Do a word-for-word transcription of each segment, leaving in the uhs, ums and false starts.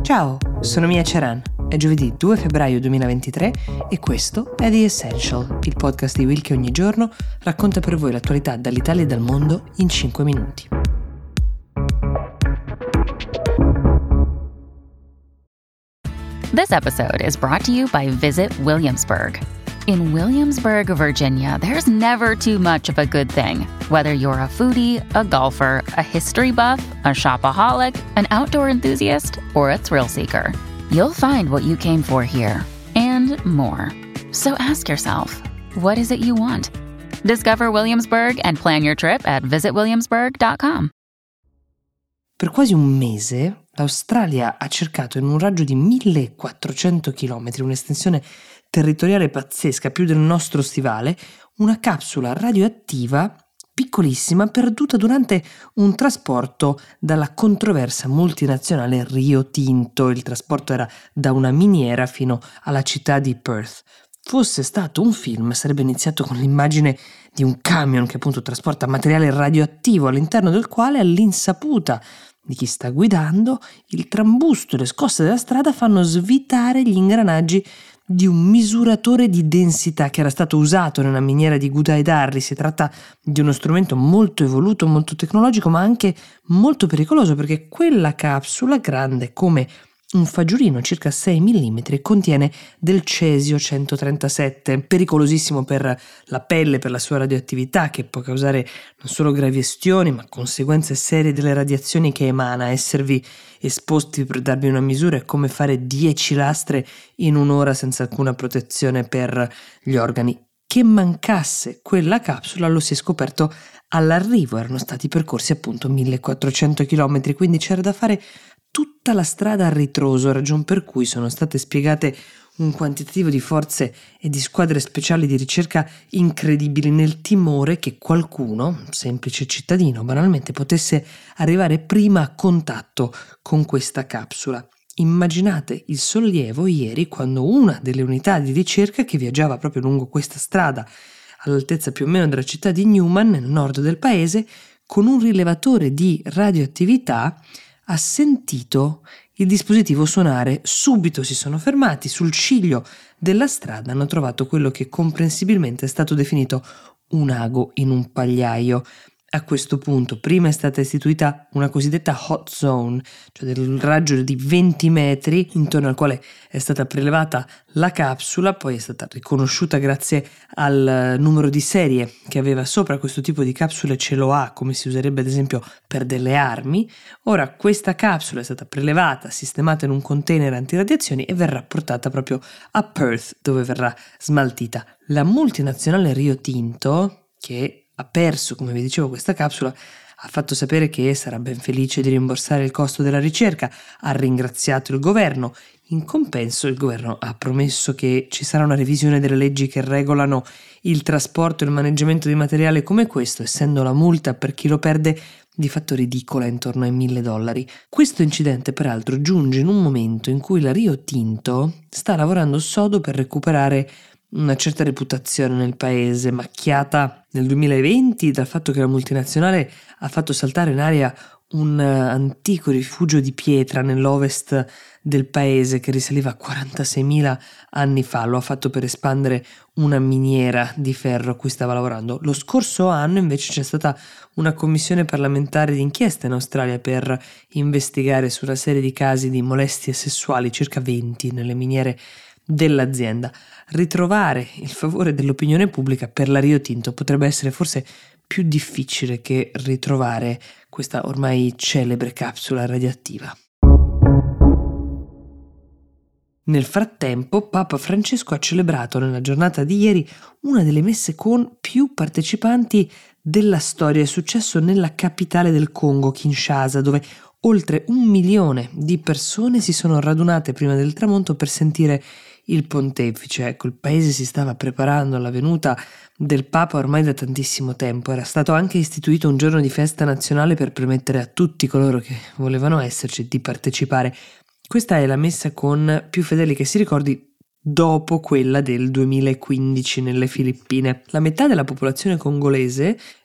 Ciao, sono Mia Ceran. È giovedì due febbraio duemilaventitré e questo è The Essential, il podcast di Will che ogni giorno racconta per voi l'attualità dall'Italia e dal mondo in cinque minuti. This episode is brought to you by Visit Williamsburg. In Williamsburg, Virginia, there's never too much of a good thing. Whether you're a foodie, a golfer, a history buff, a shopaholic, an outdoor enthusiast, or a thrill seeker, you'll find what you came for here and more. So ask yourself, what is it you want? Discover Williamsburg and plan your trip at visit williamsburg dot com. Per quasi un mese l'Australia ha cercato in un raggio di millequattrocento chilometri, un'estensione territoriale pazzesca, più del nostro stivale, una capsula radioattiva piccolissima perduta durante un trasporto dalla controversa multinazionale Rio Tinto. Il trasporto era da una miniera fino alla città di Perth. Fosse stato un film, sarebbe iniziato con l'immagine di un camion che appunto trasporta materiale radioattivo, all'interno del quale, all'insaputa di chi sta guidando, il trambusto e le scosse della strada fanno svitare gli ingranaggi di un misuratore di densità che era stato usato nella miniera di Gudai-Darri. Si tratta di uno strumento molto evoluto, molto tecnologico, ma anche molto pericoloso, perché quella capsula, grande come un fagiolino, circa sei millimetri, contiene del cesio centotrentasette, pericolosissimo per la pelle, per la sua radioattività, che può causare non solo gravi ustioni, ma conseguenze serie delle radiazioni che emana. Esservi esposti, per darvi una misura, è come fare dieci lastre in un'ora senza alcuna protezione per gli organi. Che mancasse quella capsula lo si è scoperto all'arrivo, erano stati percorsi appunto millequattrocento chilometri, quindi c'era da fare tutta la strada a ritroso, ragion per cui sono state spiegate un quantitativo di forze e di squadre speciali di ricerca incredibili, nel timore che qualcuno, semplice cittadino, banalmente potesse arrivare prima a contatto con questa capsula. Immaginate il sollievo ieri quando una delle unità di ricerca che viaggiava proprio lungo questa strada, all'altezza più o meno della città di Newman, nel nord del paese, con un rilevatore di radioattività, ha sentito il dispositivo suonare. Subito si sono fermati sul ciglio della strada, hanno trovato quello che comprensibilmente è stato definito un ago in un pagliaio. A questo punto prima è stata istituita una cosiddetta hot zone, cioè del raggio di venti metri intorno al quale è stata prelevata la capsula, poi è stata riconosciuta grazie al numero di serie che aveva sopra. Questo tipo di capsule ce lo ha, come si userebbe ad esempio per delle armi. Ora questa capsula è stata prelevata, sistemata in un container antiradiazioni e verrà portata proprio a Perth, dove verrà smaltita. La multinazionale Rio Tinto, che ha perso, come vi dicevo, questa capsula, ha fatto sapere che sarà ben felice di rimborsare il costo della ricerca, ha ringraziato il governo. In compenso il governo ha promesso che ci sarà una revisione delle leggi che regolano il trasporto e il maneggiamento di materiale come questo, essendo la multa per chi lo perde di fatto ridicola, intorno ai mille dollari. Questo incidente peraltro giunge in un momento in cui la Rio Tinto sta lavorando sodo per recuperare una certa reputazione nel paese, macchiata nel duemilaventi dal fatto che la multinazionale ha fatto saltare in aria un antico rifugio di pietra nell'ovest del paese che risaliva a quarantaseimila anni fa. Lo ha fatto per espandere una miniera di ferro a cui stava lavorando. Lo scorso anno invece c'è stata una commissione parlamentare d'inchiesta in Australia per investigare su una serie di casi di molestie sessuali, circa venti, nelle miniere dell'azienda. Ritrovare il favore dell'opinione pubblica per la Rio Tinto potrebbe essere forse più difficile che ritrovare questa ormai celebre capsula radioattiva. Nel frattempo, Papa Francesco ha celebrato nella giornata di ieri una delle messe con più partecipanti della storia. È successo nella capitale del Congo, Kinshasa, dove oltre un milione di persone si sono radunate prima del tramonto per sentire il pontefice. Ecco, il paese si stava preparando alla venuta del Papa ormai da tantissimo tempo. Era stato anche istituito un giorno di festa nazionale per permettere a tutti coloro che volevano esserci di partecipare. Questa è la messa con più fedeli che si ricordi dopo quella del duemilaquindici nelle Filippine. La metà della popolazione congolese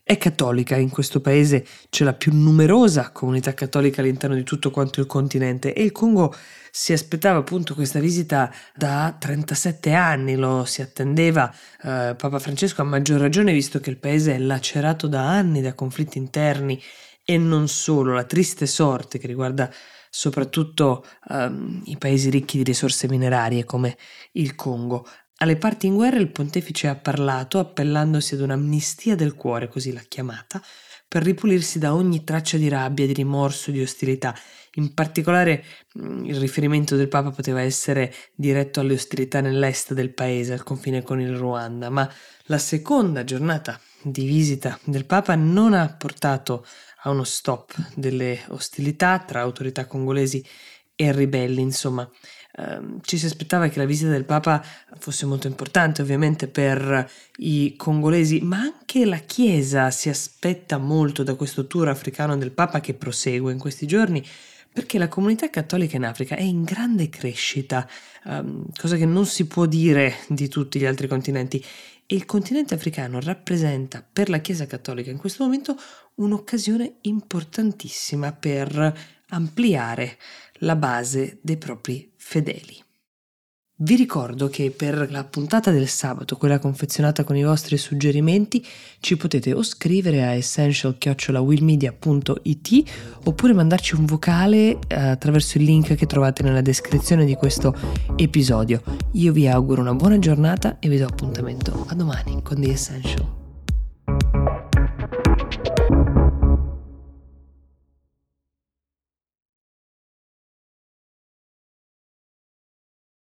È cattolica, in questo paese c'è la più numerosa comunità cattolica all'interno di tutto quanto il continente e il Congo si aspettava appunto questa visita da trentasette anni, lo si attendeva eh, Papa Francesco, a maggior ragione visto che il paese è lacerato da anni da conflitti interni e non solo, la triste sorte che riguarda soprattutto um, i paesi ricchi di risorse minerarie come il Congo. Alle parti in guerra il pontefice ha parlato appellandosi ad un'amnistia del cuore, così l'ha chiamata, per ripulirsi da ogni traccia di rabbia, di rimorso, di ostilità. In particolare mh, il riferimento del Papa poteva essere diretto alle ostilità nell'est del paese, al confine con il Ruanda, ma la seconda giornata di visita del Papa non ha portato a uno stop delle ostilità tra autorità congolesi e ribelli, insomma. Uh, ci si aspettava che la visita del Papa fosse molto importante ovviamente per i congolesi, ma anche la Chiesa si aspetta molto da questo tour africano del Papa che prosegue in questi giorni, perché la comunità cattolica in Africa è in grande crescita, um, cosa che non si può dire di tutti gli altri continenti, e il continente africano rappresenta per la Chiesa cattolica in questo momento un'occasione importantissima per ampliare la base dei propri fedeli. Vi ricordo che per la puntata del sabato, quella confezionata con i vostri suggerimenti, ci potete o scrivere a essential chiocciola willmedia punto it oppure mandarci un vocale eh, attraverso il link che trovate nella descrizione di questo episodio. Io vi auguro una buona giornata e vi do appuntamento a domani con The Essential.